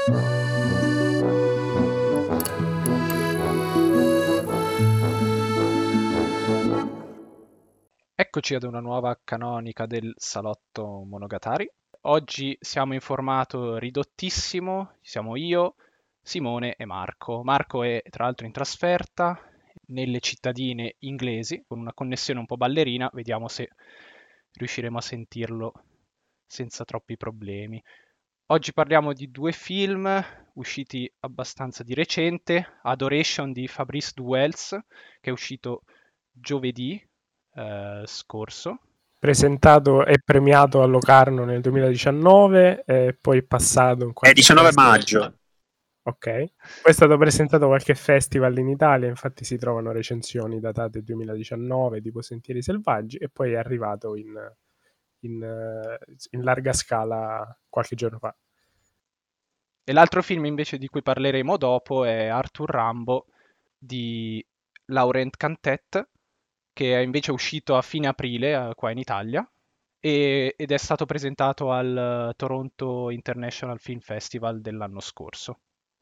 Eccoci ad una nuova canonica del Salotto Monogatari. Oggi siamo in formato ridottissimo, siamo io, Simone e Marco. Marco è tra l'altro in trasferta nelle cittadine inglesi con una connessione un po' ballerina, vediamo se riusciremo a sentirlo senza troppi problemi. Oggi parliamo di due film usciti abbastanza di recente, Adoration di Fabrice Duels, che è uscito giovedì scorso. Presentato e premiato a Locarno nel 2019 e poi passato in qualche 19 festival. maggio. Ok. Poi è stato presentato a qualche festival in Italia, infatti si trovano recensioni datate 2019 tipo Sentieri Selvaggi, e poi è arrivato in larga scala qualche giorno fa. E l'altro film invece di cui parleremo dopo è Arthur Rimbaud di Laurent Cantet, che è invece uscito a fine aprile qua in Italia ed è stato presentato al Toronto International Film Festival dell'anno scorso.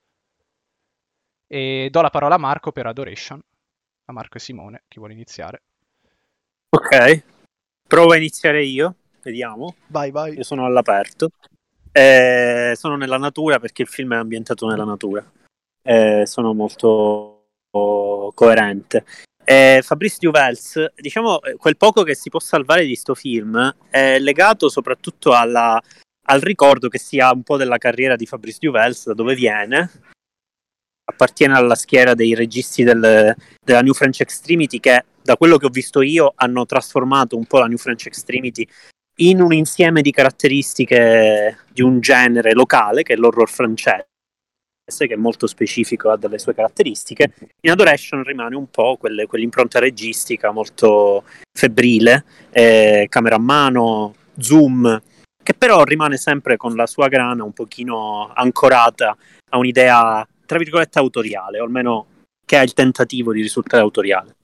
E do la parola a Marco per Adoration. A Marco e Simone, chi vuole iniziare? Ok, provo a iniziare io, vediamo. Vai. Io sono all'aperto. Sono nella natura perché il film è ambientato nella natura. Sono molto coerente. Fabrice Duvels, diciamo, quel poco che si può salvare di sto film è legato soprattutto al ricordo che si ha un po' della carriera di Fabrice Duvels, da dove viene. Appartiene alla schiera dei registi della New French Extremity, che da quello che ho visto io hanno trasformato un po' la New French Extremity in un insieme di caratteristiche di un genere locale che è l'horror francese, che è molto specifico, ha delle sue caratteristiche. In Adoration rimane un po' quell'impronta registica molto febbrile, camera a mano, zoom, che però rimane sempre con la sua grana un pochino ancorata a un'idea tra virgolette autoriale, o almeno che ha il tentativo di risultare autoriale.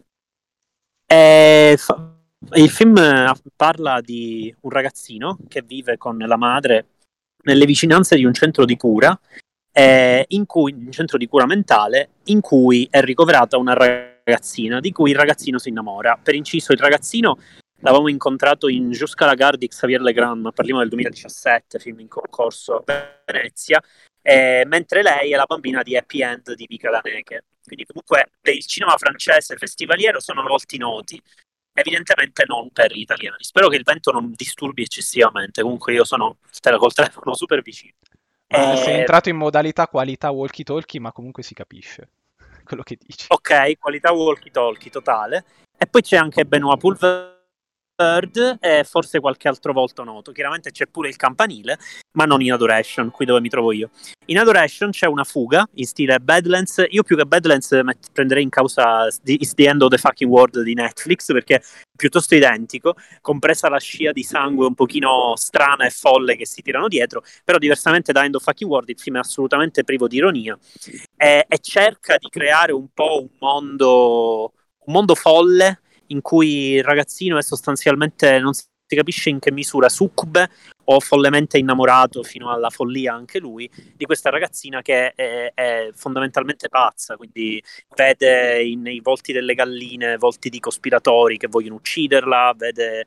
Il film parla di un ragazzino che vive con la madre nelle vicinanze di un centro di cura, un centro di cura mentale, in cui è ricoverata una ragazzina di cui il ragazzino si innamora. Per inciso, il ragazzino l'avevamo incontrato in Jusqu'à la gare di Xavier Legrand, ma parliamo del 2017, film in concorso a Venezia, mentre lei è la bambina di Happy End di Vika Daneke. Quindi comunque per il cinema francese festivaliero sono volti noti, evidentemente non per gli italiani. Spero che il vento non disturbi eccessivamente, comunque io sono col telefono super vicino. Sei entrato in modalità qualità walkie-talkie, ma comunque si capisce quello che dici. Ok, qualità walkie-talkie totale. E poi c'è anche Benoît Poulvord e forse qualche altro volto noto. Chiaramente c'è pure il campanile, ma non in Adoration, qui dove mi trovo io. In Adoration c'è una fuga in stile Badlands. Io più che Badlands prenderei in causa It's the End of the Fucking World di Netflix, perché è piuttosto identico, compresa la scia di sangue un pochino strana e folle che si tirano dietro, però diversamente da End of Fucking World il film è assolutamente privo di ironia e cerca di creare un po' un mondo folle in cui il ragazzino è sostanzialmente, non si capisce in che misura, succube o follemente innamorato fino alla follia anche lui di questa ragazzina che è fondamentalmente pazza, quindi vede nei volti delle galline volti di cospiratori che vogliono ucciderla, vede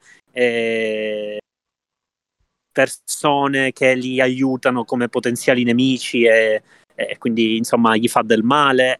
persone che li aiutano come potenziali nemici e quindi insomma gli fa del male.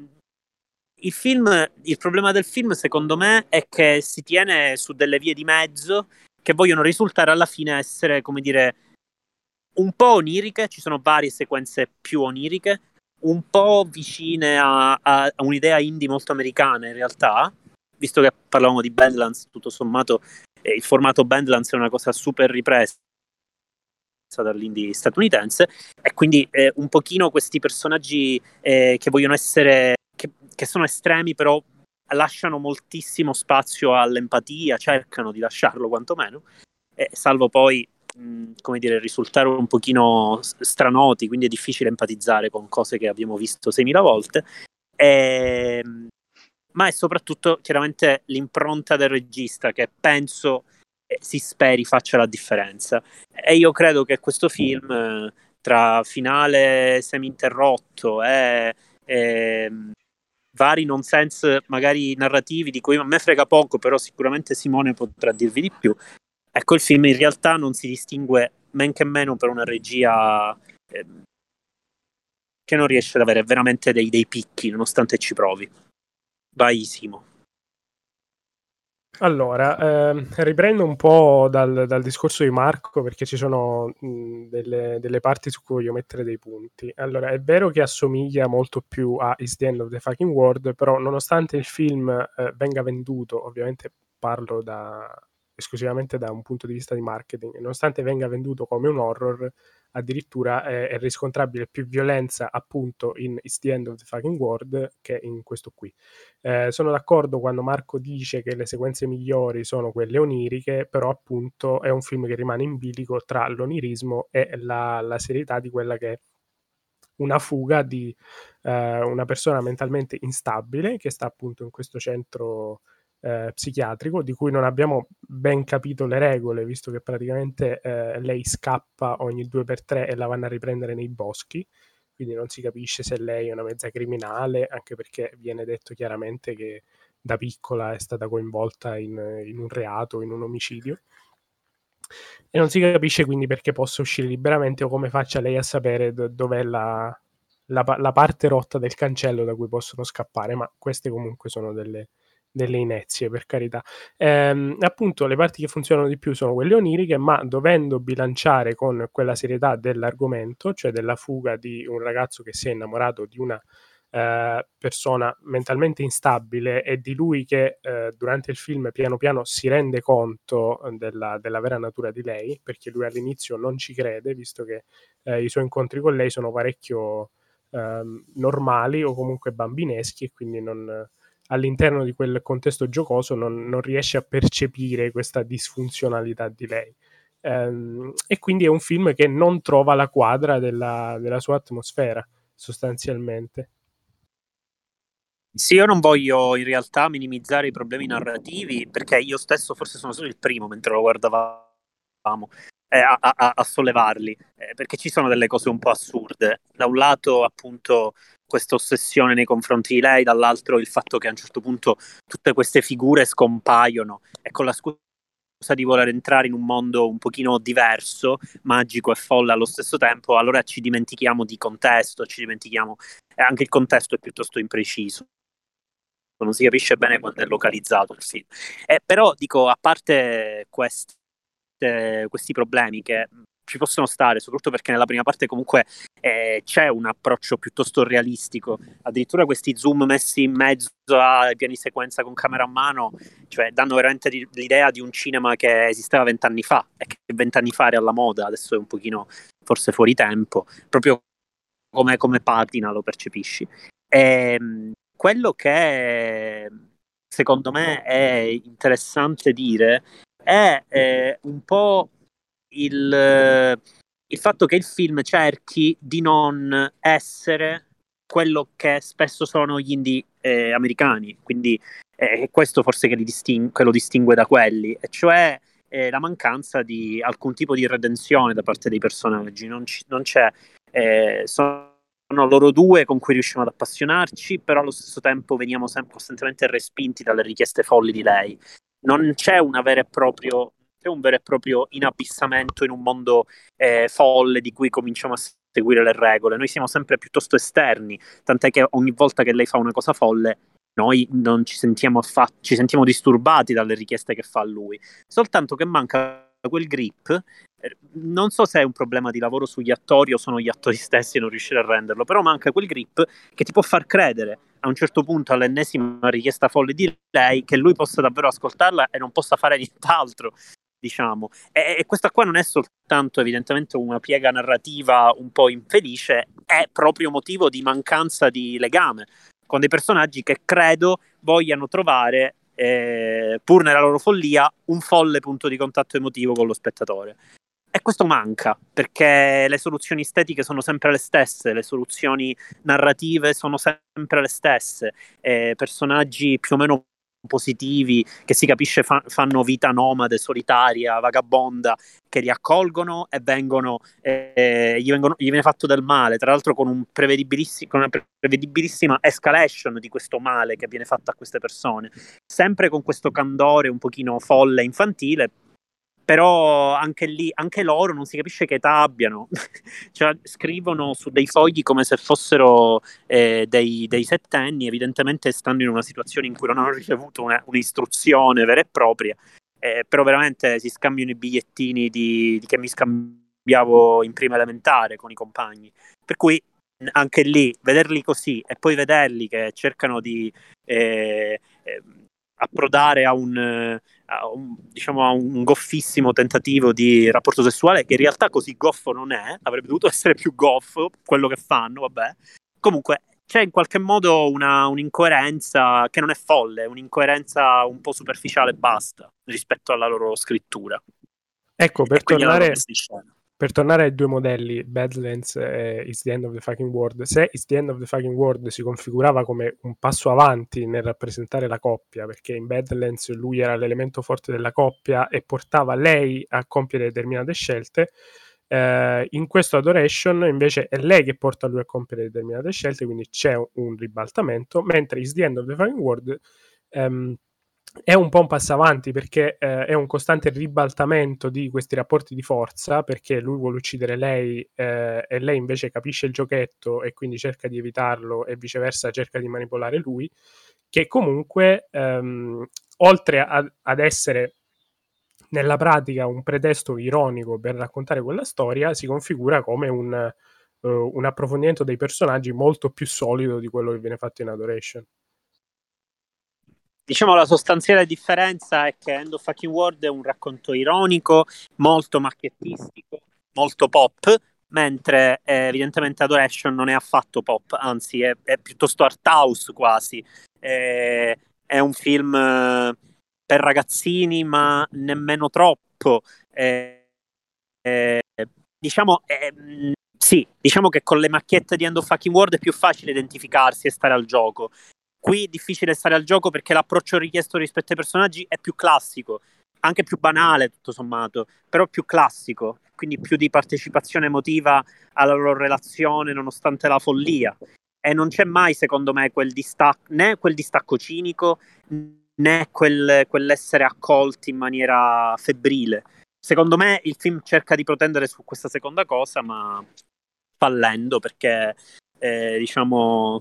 Il problema del film, secondo me, è che si tiene su delle vie di mezzo che vogliono risultare alla fine essere, come dire, un po' oniriche. Ci sono varie sequenze più oniriche, un po' vicine a un'idea indie molto americana in realtà, visto che parlavamo di Badlands, tutto sommato il formato Badlands è una cosa super ripresa dall'indie statunitense, e quindi un pochino questi personaggi che vogliono essere che sono estremi, però lasciano moltissimo spazio all'empatia, cercano di lasciarlo quantomeno, salvo poi come dire, risultare un pochino stranoti, quindi è difficile empatizzare con cose che abbiamo visto 6.000 volte, ma è soprattutto chiaramente l'impronta del regista che penso si speri faccia la differenza, e io credo che questo film tra finale semi-interrotto e vari nonsense magari narrativi di cui a me frega poco, però sicuramente Simone potrà dirvi di più. Ecco, il film in realtà non si distingue men che meno per una regia che non riesce ad avere veramente dei picchi, nonostante ci provi. Vai, Simo. Allora, riprendo un po' dal discorso di Marco, perché ci sono delle parti su cui voglio mettere dei punti. Allora, è vero che assomiglia molto più a It's the End of the Fucking World, però nonostante il film venga venduto, ovviamente parlo esclusivamente da un punto di vista di marketing, nonostante venga venduto come un horror, addirittura è riscontrabile più violenza appunto in It's the End of the Fucking World che in questo qui. Sono d'accordo quando Marco dice che le sequenze migliori sono quelle oniriche, però appunto è un film che rimane in bilico tra l'onirismo e la serietà di quella che è una fuga di una persona mentalmente instabile che sta appunto in questo centro psichiatrico, di cui non abbiamo ben capito le regole, visto che praticamente lei scappa ogni 2x3 e la vanno a riprendere nei boschi, quindi non si capisce se lei è una mezza criminale, anche perché viene detto chiaramente che da piccola è stata coinvolta in un reato, in un omicidio, e non si capisce quindi perché possa uscire liberamente o come faccia lei a sapere dov'è la parte rotta del cancello da cui possono scappare, ma queste comunque sono delle inezie, per carità. Appunto, le parti che funzionano di più sono quelle oniriche, ma dovendo bilanciare con quella serietà dell'argomento, cioè della fuga di un ragazzo che si è innamorato di una persona mentalmente instabile e di lui che durante il film piano piano si rende conto della vera natura di lei, perché lui all'inizio non ci crede, visto che i suoi incontri con lei sono parecchio normali o comunque bambineschi, e quindi all'interno di quel contesto giocoso non riesce a percepire questa disfunzionalità di lei. E quindi è un film che non trova la quadra della sua atmosfera, sostanzialmente. Sì, io non voglio in realtà minimizzare i problemi narrativi, perché io stesso forse sono solo il primo mentre lo guardavamo a sollevarli, perché ci sono delle cose un po' assurde. Da un lato, appunto, questa ossessione nei confronti di lei, dall'altro il fatto che a un certo punto tutte queste figure scompaiono e con la scusa di voler entrare in un mondo un pochino diverso, magico e folle allo stesso tempo, allora ci dimentichiamo di contesto, ci dimentichiamo, e anche il contesto è piuttosto impreciso, non si capisce bene quando è localizzato il film. Però dico, a parte questi problemi che ci possono stare, soprattutto perché nella prima parte comunque c'è un approccio piuttosto realistico, addirittura questi zoom messi in mezzo ai piani sequenza con camera a mano, cioè danno veramente l'idea di un cinema che esisteva 20 anni fa e che 20 anni fa era alla moda, adesso è un pochino forse fuori tempo, proprio come patina lo percepisci. Quello che secondo me è interessante dire è un po' il fatto che il film cerchi di non essere quello che spesso sono gli indie americani, quindi è questo forse che lo distingue da quelli, e cioè la mancanza di alcun tipo di redenzione da parte dei personaggi, non c'è, sono loro due con cui riusciamo ad appassionarci, però allo stesso tempo veniamo sempre costantemente respinti dalle richieste folli di lei. Non c'è un vero e proprio inabissamento in un mondo folle di cui cominciamo a seguire le regole. Noi siamo sempre piuttosto esterni, tant'è che ogni volta che lei fa una cosa folle noi non ci sentiamo ci sentiamo disturbati dalle richieste che fa lui, soltanto che manca quel grip. Non so se è un problema di lavoro sugli attori o sono gli attori stessi a non riuscire a renderlo, però manca quel grip che ti può far credere a un certo punto all'ennesima richiesta folle di lei che lui possa davvero ascoltarla e non possa fare nient'altro, diciamo. E questa qua non è soltanto evidentemente una piega narrativa un po' infelice, è proprio motivo di mancanza di legame con dei personaggi che credo vogliano trovare, pur nella loro follia, un folle punto di contatto emotivo con lo spettatore. E questo manca, perché le soluzioni estetiche sono sempre le stesse, le soluzioni narrative sono sempre le stesse, personaggi più o meno positivi, che si capisce fanno vita nomade, solitaria, vagabonda, che li accolgono e gli viene fatto del male, tra l'altro con una prevedibilissima escalation di questo male che viene fatto a queste persone, sempre con questo candore un pochino folle, infantile. Però anche lì, anche loro non si capisce che età abbiano, cioè, scrivono su dei fogli come se fossero dei settenni, evidentemente stanno in una situazione in cui non hanno ricevuto un'istruzione vera e propria, però veramente si scambiano i bigliettini di che mi scambiavo in prima elementare con i compagni, per cui anche lì, vederli così e poi vederli che cercano di approdare diciamo, a un goffissimo tentativo di rapporto sessuale, che in realtà così goffo non è, avrebbe dovuto essere più goffo quello che fanno, vabbè. Comunque c'è in qualche modo un'incoerenza che non è folle, un'incoerenza un po' superficiale e basta rispetto alla loro scrittura. Ecco, E quindi l'hanno messa in scena. Per tornare ai due modelli, Badlands e It's the End of the Fucking World, se It's the End of the Fucking World si configurava come un passo avanti nel rappresentare la coppia, perché in Badlands lui era l'elemento forte della coppia e portava lei a compiere determinate scelte, in questo Adoration invece è lei che porta lui a compiere determinate scelte, quindi c'è un ribaltamento, mentre It's the End of the Fucking World è un po' un passo avanti, perché è un costante ribaltamento di questi rapporti di forza, perché lui vuole uccidere lei e lei invece capisce il giochetto e quindi cerca di evitarlo, e viceversa cerca di manipolare lui, che comunque oltre ad essere nella pratica un pretesto ironico per raccontare quella storia, si configura come un approfondimento dei personaggi molto più solido di quello che viene fatto in Adoration. Diciamo, la sostanziale differenza è che End of Fucking World è un racconto ironico, molto macchiettistico, molto pop, mentre evidentemente Adoration non è affatto pop, anzi è piuttosto art house quasi. È un film per ragazzini, ma nemmeno troppo. Diciamo, sì, diciamo che con le macchiette di End of Fucking World è più facile identificarsi e stare al gioco. Qui è difficile stare al gioco perché l'approccio richiesto rispetto ai personaggi è più classico, anche più banale tutto sommato, però più classico, quindi più di partecipazione emotiva alla loro relazione nonostante la follia. E non c'è mai, secondo me, né quel distacco cinico, né quell'essere accolti in maniera febbrile. Secondo me il film cerca di protendere su questa seconda cosa, ma fallendo, perché diciamo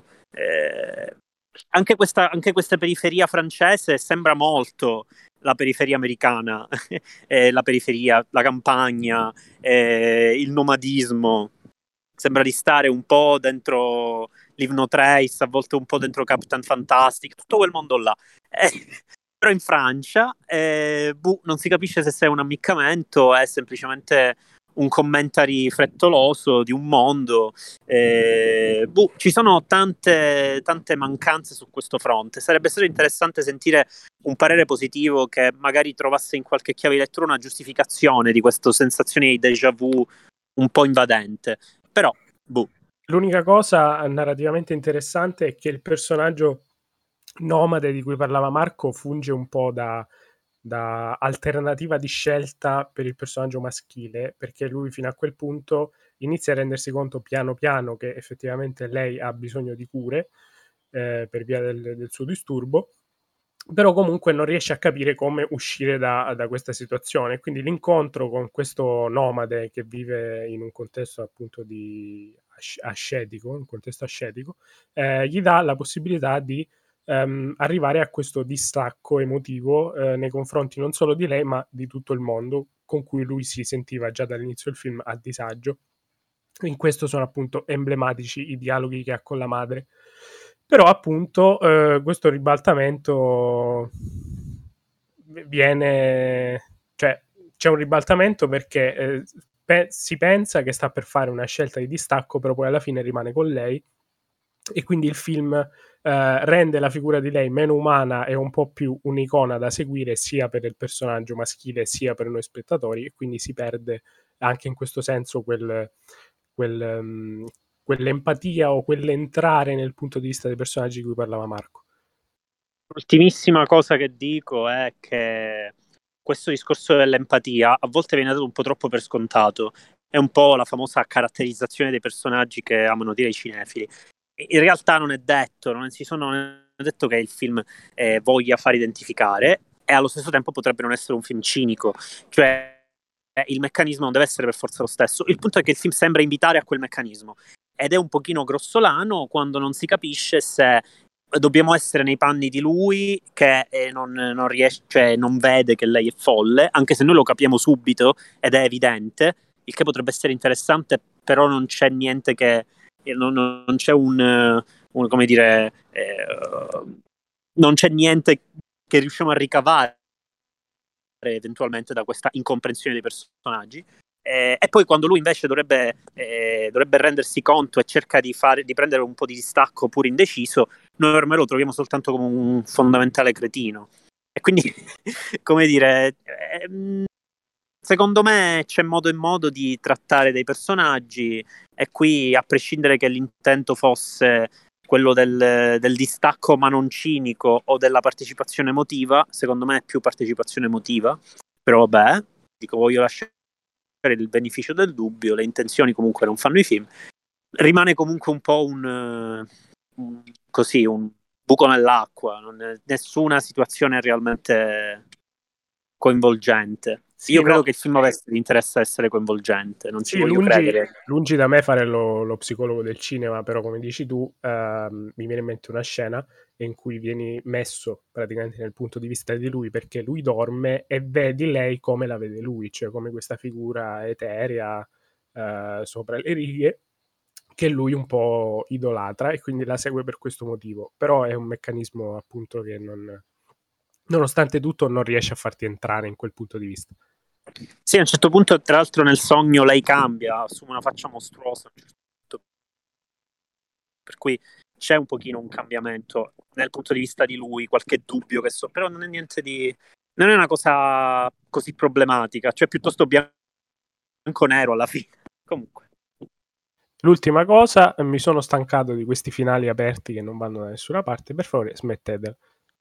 anche questa periferia francese sembra molto la periferia americana, la periferia, la campagna, il nomadismo. Sembra di stare un po' dentro Leave No Trace, a volte un po' dentro Captain Fantastic, tutto quel mondo là. Però in Francia non si capisce se sia un ammiccamento, è semplicemente un commentary frettoloso di un mondo. Ci sono tante mancanze su questo fronte. Sarebbe stato interessante sentire un parere positivo che magari trovasse in qualche chiave di lettura una giustificazione di questa sensazione di déjà vu un po' invadente. Però, L'unica cosa narrativamente interessante è che il personaggio nomade di cui parlava Marco funge un po' da alternativa di scelta per il personaggio maschile, perché lui fino a quel punto inizia a rendersi conto piano piano che effettivamente lei ha bisogno di cure per via del suo disturbo, però comunque non riesce a capire come uscire da questa situazione. Quindi l'incontro con questo nomade che vive in un contesto appunto ascetico, un contesto ascetico, gli dà la possibilità di arrivare a questo distacco emotivo nei confronti non solo di lei ma di tutto il mondo, con cui lui si sentiva già dall'inizio del film a disagio. In questo sono appunto emblematici i dialoghi che ha con la madre. Però appunto questo ribaltamento cioè c'è un ribaltamento perché si pensa che sta per fare una scelta di distacco, però poi alla fine rimane con lei, e quindi il film rende la figura di lei meno umana e un po' più un'icona da seguire sia per il personaggio maschile sia per noi spettatori, e quindi si perde anche in questo senso quell'empatia o quell'entrare nel punto di vista dei personaggi di cui parlava Marco. L'ultimissima cosa che dico è che questo discorso dell'empatia a volte viene dato un po' troppo per scontato. È un po' la famosa caratterizzazione dei personaggi che amano dire i cinefili. In realtà non è detto, non è detto che il film voglia far identificare, e allo stesso tempo potrebbe non essere un film cinico, cioè il meccanismo non deve essere per forza lo stesso. Il punto è che il film sembra invitare a quel meccanismo, ed è un pochino grossolano quando non si capisce se dobbiamo essere nei panni di lui che non riesce, cioè non vede che lei è folle, anche se noi lo capiamo subito ed è evidente, il che potrebbe essere interessante, però non c'è niente che non c'è come dire, non c'è niente che riusciamo a ricavare eventualmente da questa incomprensione dei personaggi. E poi quando lui invece dovrebbe rendersi conto e cerca di prendere un po' di distacco pur indeciso, noi ormai lo troviamo soltanto come un fondamentale cretino. E quindi, come dire, secondo me c'è modo e modo di trattare dei personaggi, e qui, a prescindere che l'intento fosse quello del distacco ma non cinico o della partecipazione emotiva, secondo me è più partecipazione emotiva, però vabbè, dico, voglio lasciare il beneficio del dubbio, le intenzioni comunque non fanno i film, rimane comunque un po' così, un buco nell'acqua, nessuna situazione è realmente coinvolgente. Sì, Io credo no. che il film avesse l'interesse a essere coinvolgente, non ci Sì, voglio credere. lungi da me fare lo psicologo del cinema, però come dici tu, mi viene in mente una scena in cui vieni messo praticamente nel punto di vista di lui, perché lui dorme e vedi lei come la vede lui, cioè come questa figura eterea sopra le righe, che lui un po' idolatra, e quindi la segue per questo motivo. Però è un meccanismo appunto che nonostante tutto non riesce a farti entrare in quel punto di vista. Sì, a un certo punto, tra l'altro, nel sogno lei cambia, assume una faccia mostruosa, a un certo punto, per cui c'è un pochino un cambiamento nel punto di vista di lui, qualche dubbio però non è niente non è una cosa così problematica, cioè piuttosto bianco-nero alla fine. Comunque. L'ultima cosa, mi sono stancato di questi finali aperti che non vanno da nessuna parte, per favore smettetela.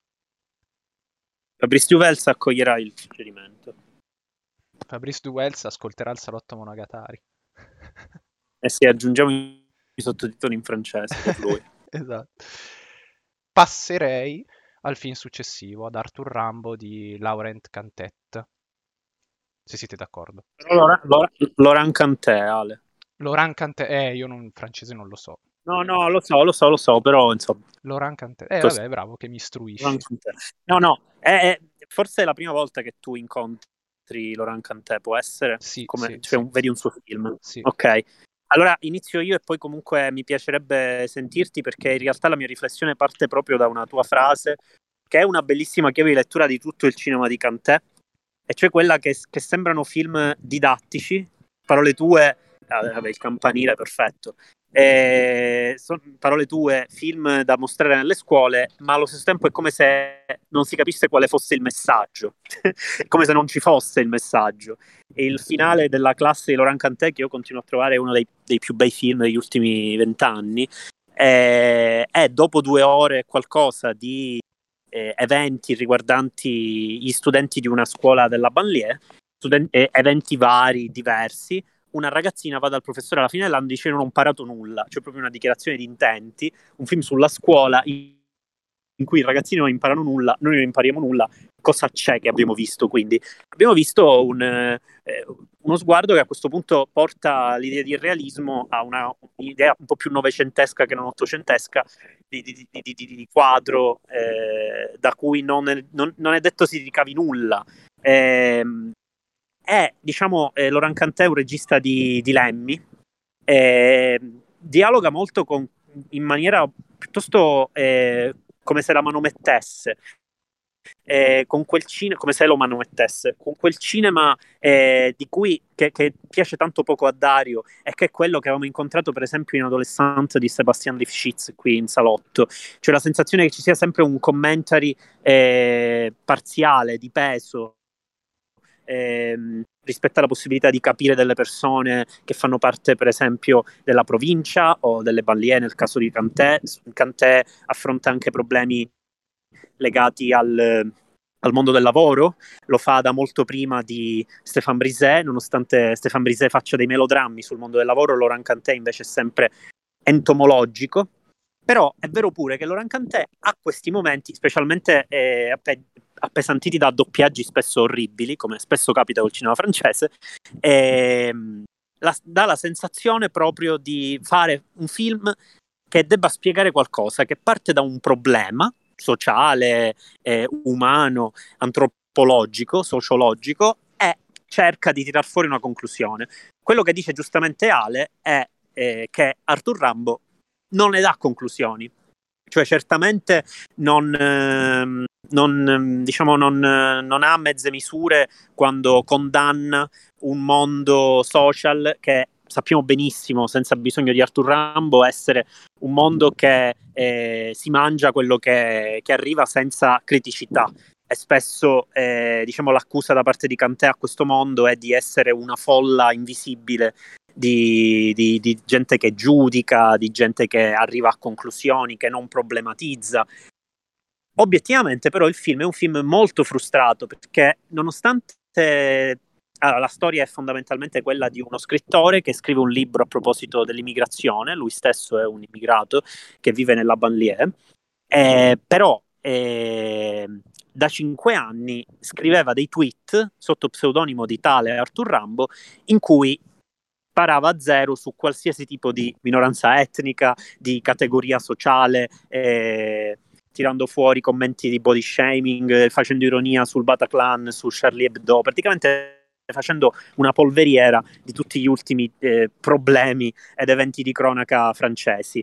Fabrice Duvels accoglierà il suggerimento. Fabrice Duels ascolterà il salotto Monogatari. E se aggiungiamo i sottotitoli in francese per lui. Esatto. Passerei al film successivo, ad Arthur Rimbaud di Laurent Cantet, se siete d'accordo. Laurent Cantet, Ale. Laurent Cantet, io in francese non lo so. No, lo so, però insomma. Laurent Cantet, Così. vabbè, bravo che mi istruisci. No, forse è la prima volta che tu incontri Laurent Cantet, può essere? Sì, Come, sì, sì. vedi un suo film? Sì. Ok. Allora inizio io e poi comunque mi piacerebbe sentirti, perché in realtà la mia riflessione parte proprio da una tua frase, che è una bellissima chiave di lettura di tutto il cinema di Cantet, e cioè quella che sembrano film didattici, parole tue, vabbè, il campanile, perfetto. Sono parole tue, film da mostrare nelle scuole, ma allo stesso tempo è come se non si capisse quale fosse il messaggio, è come se non ci fosse il messaggio. E il finale della classe di Laurent Cantet, che io continuo a trovare uno dei più bei film degli ultimi 20 anni, è dopo 2 ore qualcosa di eventi riguardanti gli studenti di una scuola della banlieue, eventi vari, diversi. Una ragazzina va dal professore alla fine dell'anno e dice: non ho imparato nulla, c'è proprio una dichiarazione di intenti, un film sulla scuola in cui i ragazzini non imparano nulla, noi non impariamo nulla. Cosa c'è che abbiamo visto? Quindi abbiamo visto uno sguardo che a questo punto porta l'idea di realismo a un'idea un po' più novecentesca che non ottocentesca di quadro, da cui non è detto si ricavi nulla. Diciamo, Laurent Cantet è un regista di dilemmi, dialoga molto in maniera piuttosto come se la manomettesse, con quel cinema, come se lo manomettesse, con quel cinema di cui che piace tanto poco a Dario, e che è quello che avevamo incontrato per esempio in Adolescente di Sebastian Lifshitz qui in salotto, cioè la sensazione che ci sia sempre un commentary parziale, di peso, rispetto alla possibilità di capire delle persone che fanno parte per esempio della provincia o delle banlieue nel caso di Cantet. Cantet affronta anche problemi legati al mondo del lavoro, lo fa da molto prima di Stéphane Brisé, nonostante Stéphane Brisé faccia dei melodrammi sul mondo del lavoro, Laurent Cantet invece è sempre entomologico. Però è vero pure che Laurent Cantet ha questi momenti, specialmente appesantiti da doppiaggi spesso orribili, come spesso capita col cinema francese, dà la sensazione proprio di fare un film che debba spiegare qualcosa, che parte da un problema sociale, umano, antropologico, sociologico, e cerca di tirar fuori una conclusione. Quello che dice giustamente Ale è che Arthur Rimbaud non ne dà conclusioni, cioè certamente non ha mezze misure quando condanna un mondo social che sappiamo benissimo, senza bisogno di Arthur Rimbaud, essere un mondo che si mangia quello che arriva senza criticità. E spesso l'accusa da parte di Cantet a questo mondo è di essere una folla invisibile di gente che giudica, di gente che arriva a conclusioni, che non problematizza. Obiettivamente però il film è un film molto frustrato, perché nonostante la storia è fondamentalmente quella di uno scrittore che scrive un libro a proposito dell'immigrazione, lui stesso è un immigrato che vive nella banlieue, però da 5 anni scriveva dei tweet sotto pseudonimo di tale Arthur Rimbaud, in cui sparava a zero su qualsiasi tipo di minoranza etnica, di categoria sociale, tirando fuori commenti di body shaming, facendo ironia sul Bataclan, su Charlie Hebdo, praticamente facendo una polveriera di tutti gli ultimi problemi ed eventi di cronaca francesi.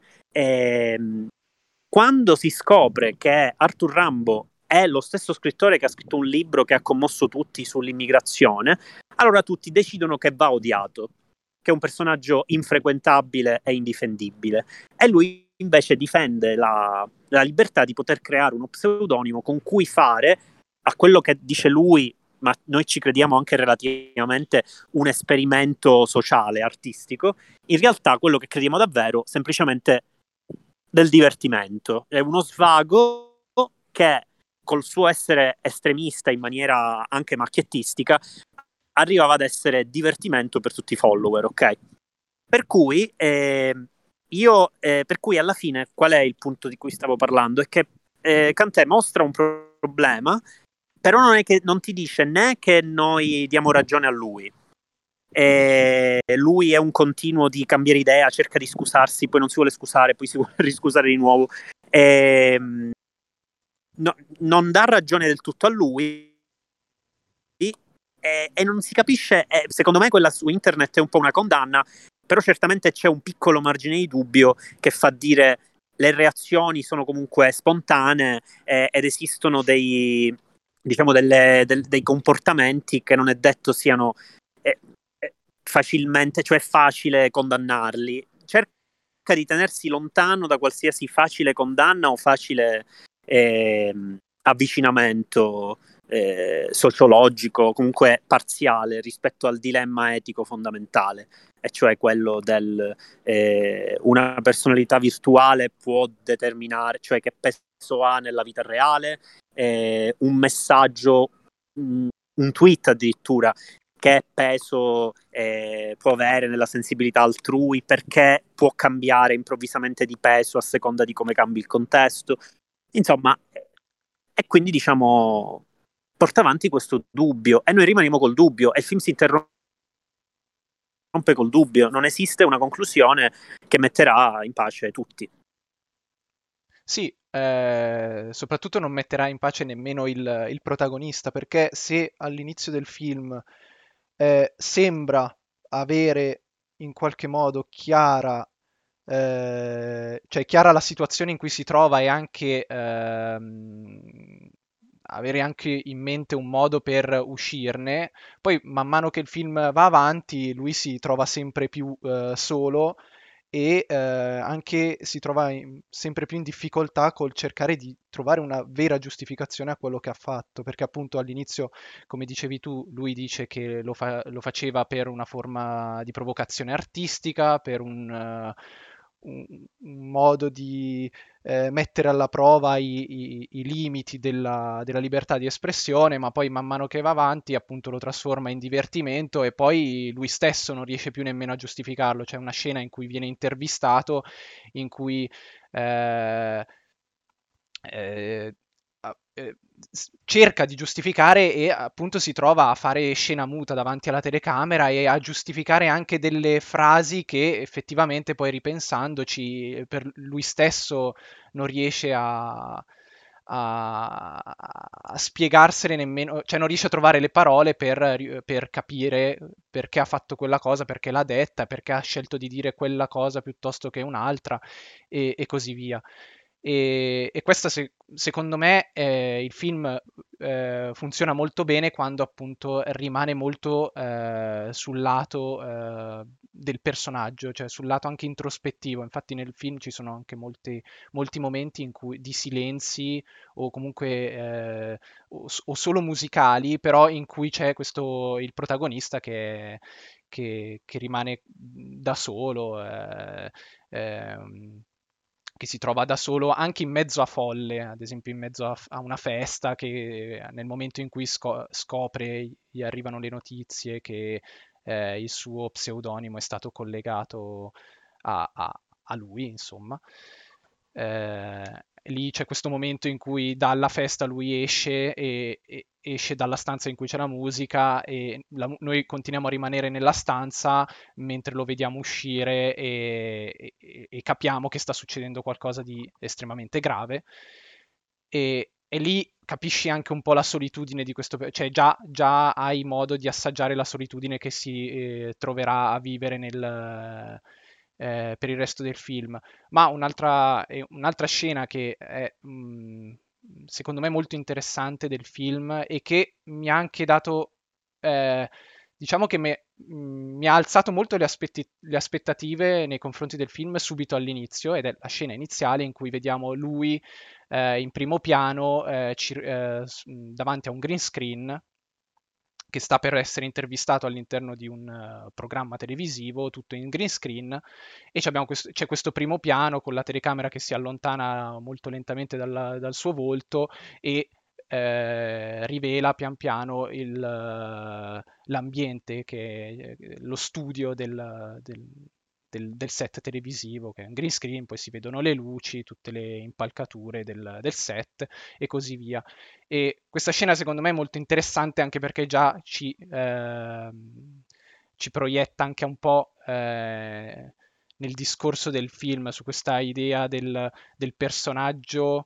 Quando si scopre che Arthur Rimbaud è lo stesso scrittore che ha scritto un libro che ha commosso tutti sull'immigrazione, allora tutti decidono che va odiato, che è un personaggio infrequentabile e indifendibile, e lui invece difende la libertà di poter creare uno pseudonimo con cui fare, a quello che dice lui, ma noi ci crediamo anche relativamente, un esperimento sociale, artistico. In realtà quello che crediamo davvero semplicemente del divertimento, è uno svago che col suo essere estremista in maniera anche macchiettistica arrivava ad essere divertimento per tutti i follower, ok? Per cui per cui alla fine qual è il punto di cui stavo parlando? È che Cantet mostra un problema, però non è che non ti dice né che noi diamo ragione a lui. Lui è un continuo di cambiare idea, cerca di scusarsi, poi non si vuole scusare, poi si vuole riscusare di nuovo. Non dà ragione del tutto a lui, e non si capisce, secondo me quella su internet è un po' una condanna, però certamente c'è un piccolo margine di dubbio che fa dire le reazioni sono comunque spontanee, ed esistono dei comportamenti che non è detto siano facilmente, cioè facile condannarli. Cerca di tenersi lontano da qualsiasi facile condanna o facile avvicinamento sociologico, comunque parziale rispetto al dilemma etico fondamentale, e cioè quello del una personalità virtuale può determinare, cioè che peso ha nella vita reale, un messaggio, un tweet addirittura, che peso può avere nella sensibilità altrui, perché può cambiare improvvisamente di peso a seconda di come cambi il contesto. Insomma, e quindi diciamo porta avanti questo dubbio e noi rimaniamo col dubbio e il film si interrompe col dubbio, non esiste una conclusione che metterà in pace tutti. Sì, soprattutto non metterà in pace nemmeno il protagonista, perché se all'inizio del film sembra avere in qualche modo cioè chiara la situazione in cui si trova e anche avere anche in mente un modo per uscirne, poi man mano che il film va avanti lui si trova sempre più solo e anche si trova sempre più in difficoltà col cercare di trovare una vera giustificazione a quello che ha fatto, perché appunto all'inizio, come dicevi tu, lui dice che lo faceva per una forma di provocazione artistica, per un modo di mettere alla prova i limiti della libertà di espressione, ma poi man mano che va avanti appunto lo trasforma in divertimento e poi lui stesso non riesce più nemmeno a giustificarlo. C'è una scena in cui viene intervistato, in cui eh, eh, cerca di giustificare e appunto si trova a fare scena muta davanti alla telecamera e a giustificare anche delle frasi che effettivamente poi ripensandoci per lui stesso non riesce a spiegarsene nemmeno, cioè non riesce a trovare le parole per capire perché ha fatto quella cosa, perché l'ha detta, perché ha scelto di dire quella cosa piuttosto che un'altra e così via. E questo secondo me il film funziona molto bene quando appunto rimane molto sul lato del personaggio, cioè sul lato anche introspettivo. Infatti nel film ci sono anche molti momenti di silenzi o comunque o solo musicali, però in cui c'è il protagonista che rimane da solo. Ehm, che si trova da solo anche in mezzo a folle, ad esempio in mezzo a una festa che nel momento in cui scopre, gli arrivano le notizie che il suo pseudonimo è stato collegato a lui, insomma. Lì c'è questo momento in cui dalla festa lui esce e esce dalla stanza in cui c'è la musica e noi continuiamo a rimanere nella stanza mentre lo vediamo uscire e capiamo che sta succedendo qualcosa di estremamente grave. E lì capisci anche un po' la solitudine di questo, cioè già hai modo di assaggiare la solitudine che si troverà a vivere per il resto del film. Ma un'altra scena che è secondo me molto interessante del film e che mi ha anche dato, diciamo che mi ha alzato molto le aspettative nei confronti del film subito all'inizio, ed è la scena iniziale in cui vediamo lui in primo piano davanti a un green screen che sta per essere intervistato all'interno di un programma televisivo, tutto in green screen, e c'è questo primo piano con la telecamera che si allontana molto lentamente dal suo volto e rivela pian piano l'ambiente, che è lo studio del set televisivo, che è un green screen, poi si vedono le luci, tutte le impalcature del set e così via. E questa scena secondo me è molto interessante anche perché già ci proietta anche un po' nel discorso del film su questa idea del personaggio,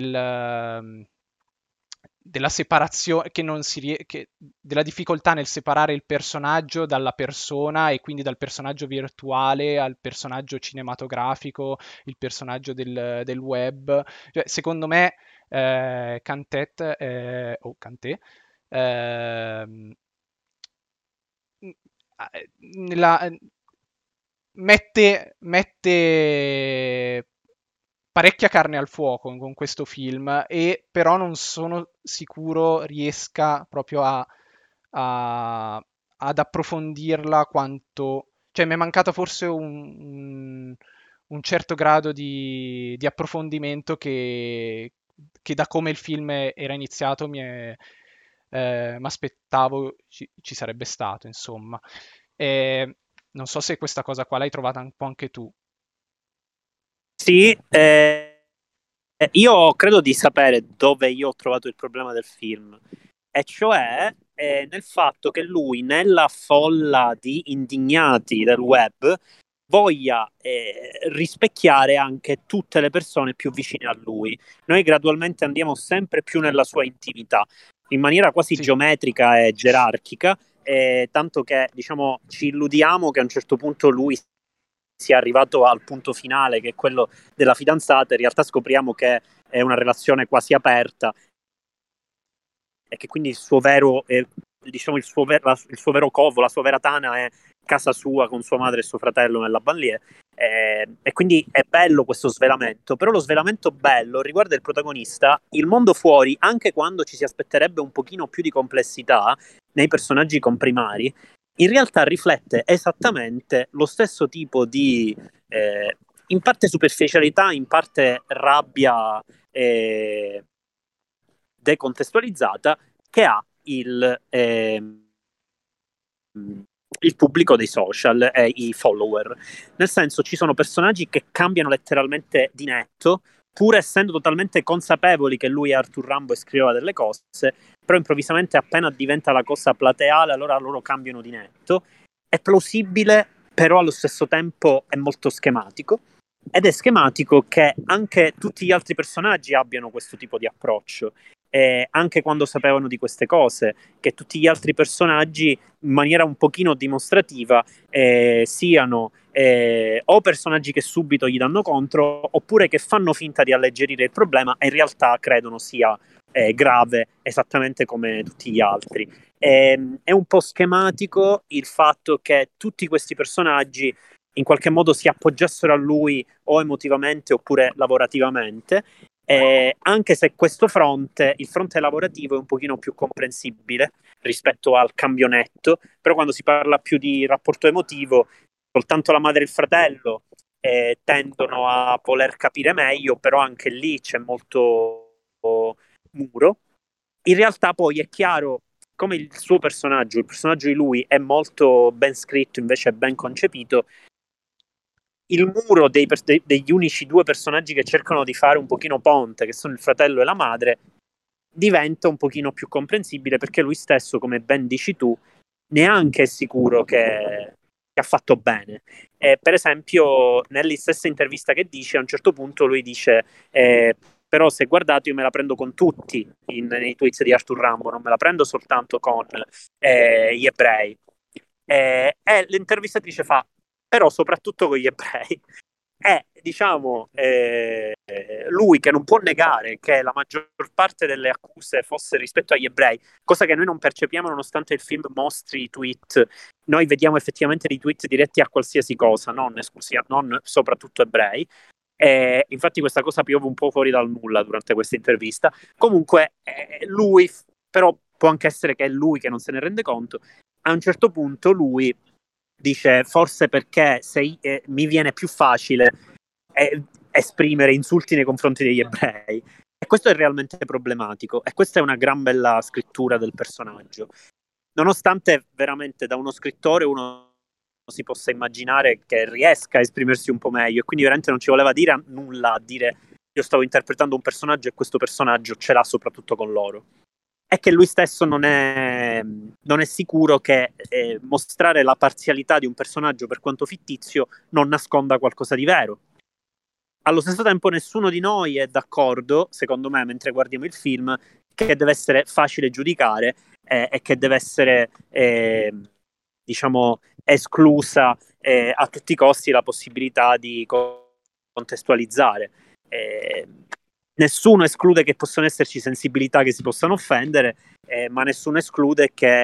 della separazione, della difficoltà nel separare il personaggio dalla persona e quindi dal personaggio virtuale al personaggio cinematografico, il personaggio del web. Cioè, secondo me Cantet, o Canté, ehm, nella, mette parecchia carne al fuoco con questo film e però non sono sicuro riesca proprio ad approfondirla quanto... Cioè mi è mancato forse un certo grado di approfondimento che da come il film era iniziato mi aspettavo ci sarebbe stato, insomma. E non so se questa cosa qua l'hai trovata un po' anche tu. Sì, io credo di sapere dove io ho trovato il problema del film, e cioè nel fatto che lui, nella folla di indignati del web, voglia rispecchiare anche tutte le persone più vicine a lui. Noi gradualmente andiamo sempre più nella sua intimità, in maniera quasi Sì. geometrica e gerarchica, tanto che diciamo ci illudiamo che a un certo punto lui sia arrivato al punto finale, che è quello della fidanzata. In realtà scopriamo che è una relazione quasi aperta e che quindi il suo vero, diciamo il suo vero covo, la sua vera tana è casa sua con sua madre e suo fratello nella banlieue, e quindi è bello questo svelamento. Però lo svelamento bello riguarda il protagonista, il mondo fuori, anche quando ci si aspetterebbe un pochino più di complessità nei personaggi comprimari, in realtà riflette esattamente lo stesso tipo di in parte superficialità, in parte rabbia decontestualizzata che ha il pubblico dei social e i follower. Nel senso, ci sono personaggi che cambiano letteralmente di netto, pur essendo totalmente consapevoli che lui è Arthur Rimbaud e scriveva delle cose, però improvvisamente appena diventa la cosa plateale, allora loro cambiano di netto. È plausibile, però allo stesso tempo è molto schematico. Ed è schematico che anche tutti gli altri personaggi abbiano questo tipo di approccio. Anche quando sapevano di queste cose, che tutti gli altri personaggi in maniera un pochino dimostrativa siano o personaggi che subito gli danno contro, oppure che fanno finta di alleggerire il problema e in realtà credono sia grave esattamente come tutti gli altri. È un po' schematico il fatto che tutti questi personaggi in qualche modo si appoggiassero a lui o emotivamente oppure lavorativamente. Anche se questo fronte, il fronte lavorativo, è un pochino più comprensibile rispetto al camionetto, però quando si parla più di rapporto emotivo, soltanto la madre e il fratello tendono a voler capire meglio, però anche lì c'è molto muro. In realtà poi è chiaro come il suo personaggio, il personaggio di lui è molto ben scritto, invece è ben concepito. Il muro degli unici due personaggi che cercano di fare un pochino ponte, che sono il fratello e la madre, diventa un pochino più comprensibile perché lui stesso, come ben dici tu, neanche è sicuro che ha fatto bene. Per esempio, nella stessa intervista che dice, a un certo punto lui dice però se guardate io me la prendo con tutti nei tweets di Arthur Rimbaud, non me la prendo soltanto con gli ebrei. E l'intervistatrice fa però soprattutto con gli ebrei. È, diciamo, lui che non può negare che la maggior parte delle accuse fosse rispetto agli ebrei, cosa che noi non percepiamo nonostante il film mostri i tweet. Noi vediamo effettivamente dei tweet diretti a qualsiasi cosa, non soprattutto ebrei. Infatti questa cosa piove un po' fuori dal nulla durante questa intervista. Comunque lui, però può anche essere che è lui che non se ne rende conto. A un certo punto lui dice forse perché mi viene più facile esprimere insulti nei confronti degli ebrei, e questo è realmente problematico, e questa è una gran bella scrittura del personaggio, nonostante veramente da uno scrittore uno si possa immaginare che riesca a esprimersi un po' meglio, e quindi veramente non ci voleva dire nulla a dire io stavo interpretando un personaggio e questo personaggio ce l'ha soprattutto con loro. È che lui stesso non è sicuro che mostrare la parzialità di un personaggio, per quanto fittizio, non nasconda qualcosa di vero. Allo stesso tempo nessuno di noi è d'accordo, secondo me, mentre guardiamo il film, che deve essere facile giudicare e che deve essere, diciamo, esclusa a tutti i costi la possibilità di contestualizzare. Nessuno esclude che possono esserci sensibilità che si possano offendere, ma nessuno esclude che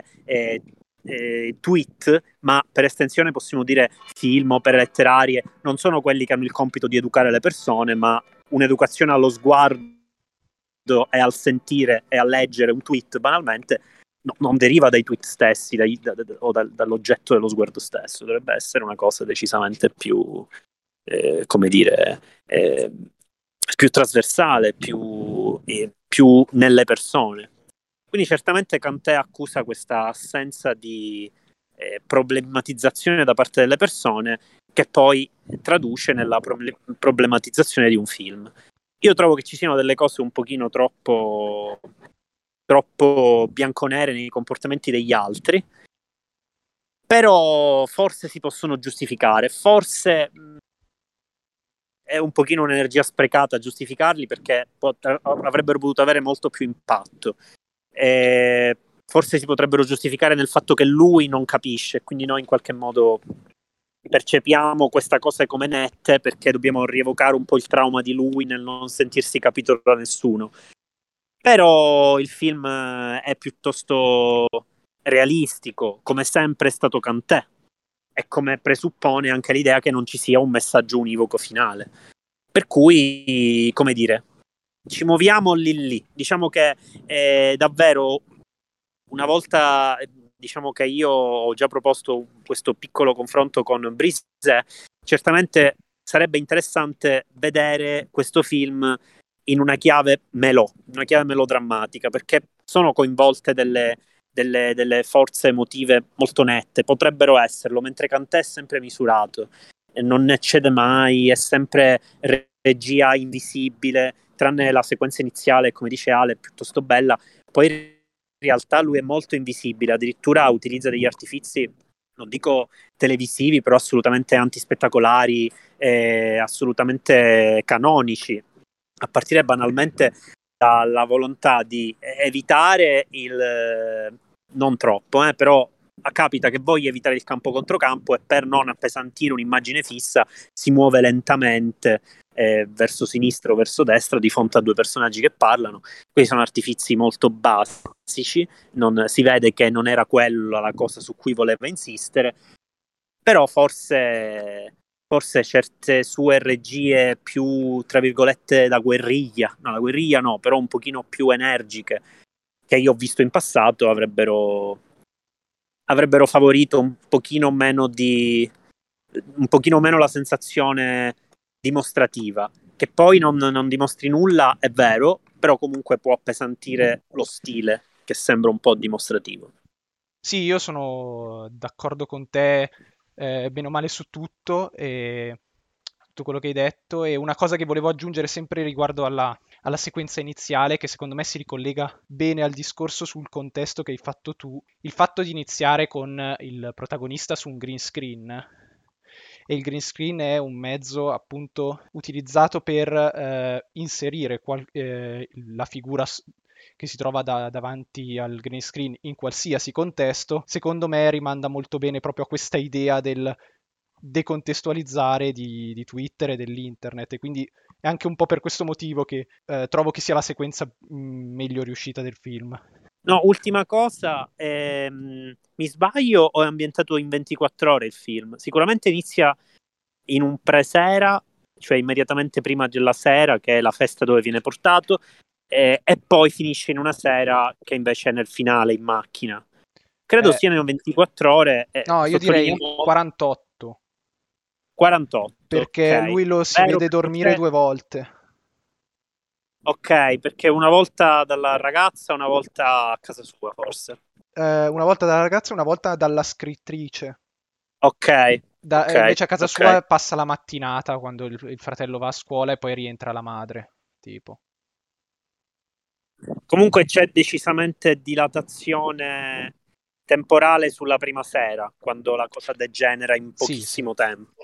tweet, ma per estensione possiamo dire film, opere letterarie, non sono quelli che hanno il compito di educare le persone, ma un'educazione allo sguardo e al sentire e a leggere un tweet banalmente non deriva dai tweet stessi o dall'oggetto dello sguardo stesso, dovrebbe essere una cosa decisamente più, come dire, più trasversale, più nelle persone. Quindi certamente Kanté accusa questa assenza di problematizzazione da parte delle persone, che poi traduce nella problematizzazione di un film. Io trovo che ci siano delle cose un pochino troppo bianconere nei comportamenti degli altri, però forse si possono giustificare, forse è un pochino un'energia sprecata a giustificarli, perché avrebbero potuto avere molto più impatto. Forse si potrebbero giustificare nel fatto che lui non capisce, quindi noi in qualche modo percepiamo questa cosa come nette perché dobbiamo rievocare un po' il trauma di lui nel non sentirsi capito da nessuno. Però il film è piuttosto realistico, come sempre è stato Kanté, e come presuppone anche l'idea che non ci sia un messaggio univoco finale. Per cui, come dire, ci muoviamo lì. Diciamo che davvero una volta, diciamo che io ho già proposto questo piccolo confronto con Brise, certamente sarebbe interessante vedere questo film in una chiave melodrammatica, perché sono coinvolte delle forze emotive molto nette, potrebbero esserlo, mentre Cantè è sempre misurato, non ne cede mai, è sempre regia invisibile, tranne la sequenza iniziale, come dice Ale, è piuttosto bella, poi in realtà lui è molto invisibile, addirittura utilizza degli artifici, non dico televisivi, però assolutamente antispettacolari, assolutamente canonici, a partire banalmente dalla volontà di evitare non troppo, però capita che voglia evitare il campo contro campo e per non appesantire un'immagine fissa si muove lentamente verso sinistra o verso destra di fronte a due personaggi che parlano. Questi sono artifici molto basici, si vede che non era quella la cosa su cui voleva insistere, però forse certe sue regie più, tra virgolette, da guerriglia, no, la guerriglia no, però un pochino più energiche, che io ho visto in passato, avrebbero favorito un pochino meno la sensazione dimostrativa, che poi non dimostri nulla, è vero, però comunque può appesantire lo stile, che sembra un po' dimostrativo. Sì, io sono d'accordo con te, bene o male su tutto, e tutto quello che hai detto. E una cosa che volevo aggiungere sempre riguardo alla sequenza iniziale, che secondo me si ricollega bene al discorso sul contesto che hai fatto tu, il fatto di iniziare con il protagonista su un green screen. E il green screen è un mezzo appunto utilizzato per inserire la figura che si trova davanti al green screen in qualsiasi contesto. Secondo me rimanda molto bene proprio a questa idea del decontestualizzare di Twitter e dell'internet, e quindi è anche un po' per questo motivo che trovo che sia la sequenza meglio riuscita del film. No, ultima cosa, mi sbaglio o è ambientato in 24 ore il film? Sicuramente inizia in un presera, cioè immediatamente prima della sera, che è la festa dove viene portato, e poi finisce in una sera che invece è nel finale in macchina. Credo siano 24 ore, No, io direi 48. 48, perché ok. lui lo si Vero, vede dormire 2 volte. Ok, perché una volta dalla ragazza, una volta a casa sua, forse. Una volta dalla ragazza e una volta dalla scrittrice. Ok, Invece a casa ok. sua passa la mattinata quando il fratello va a scuola e poi rientra la madre, tipo. Comunque c'è decisamente dilatazione temporale sulla prima sera, quando la cosa degenera in Sì, sì. pochissimo tempo.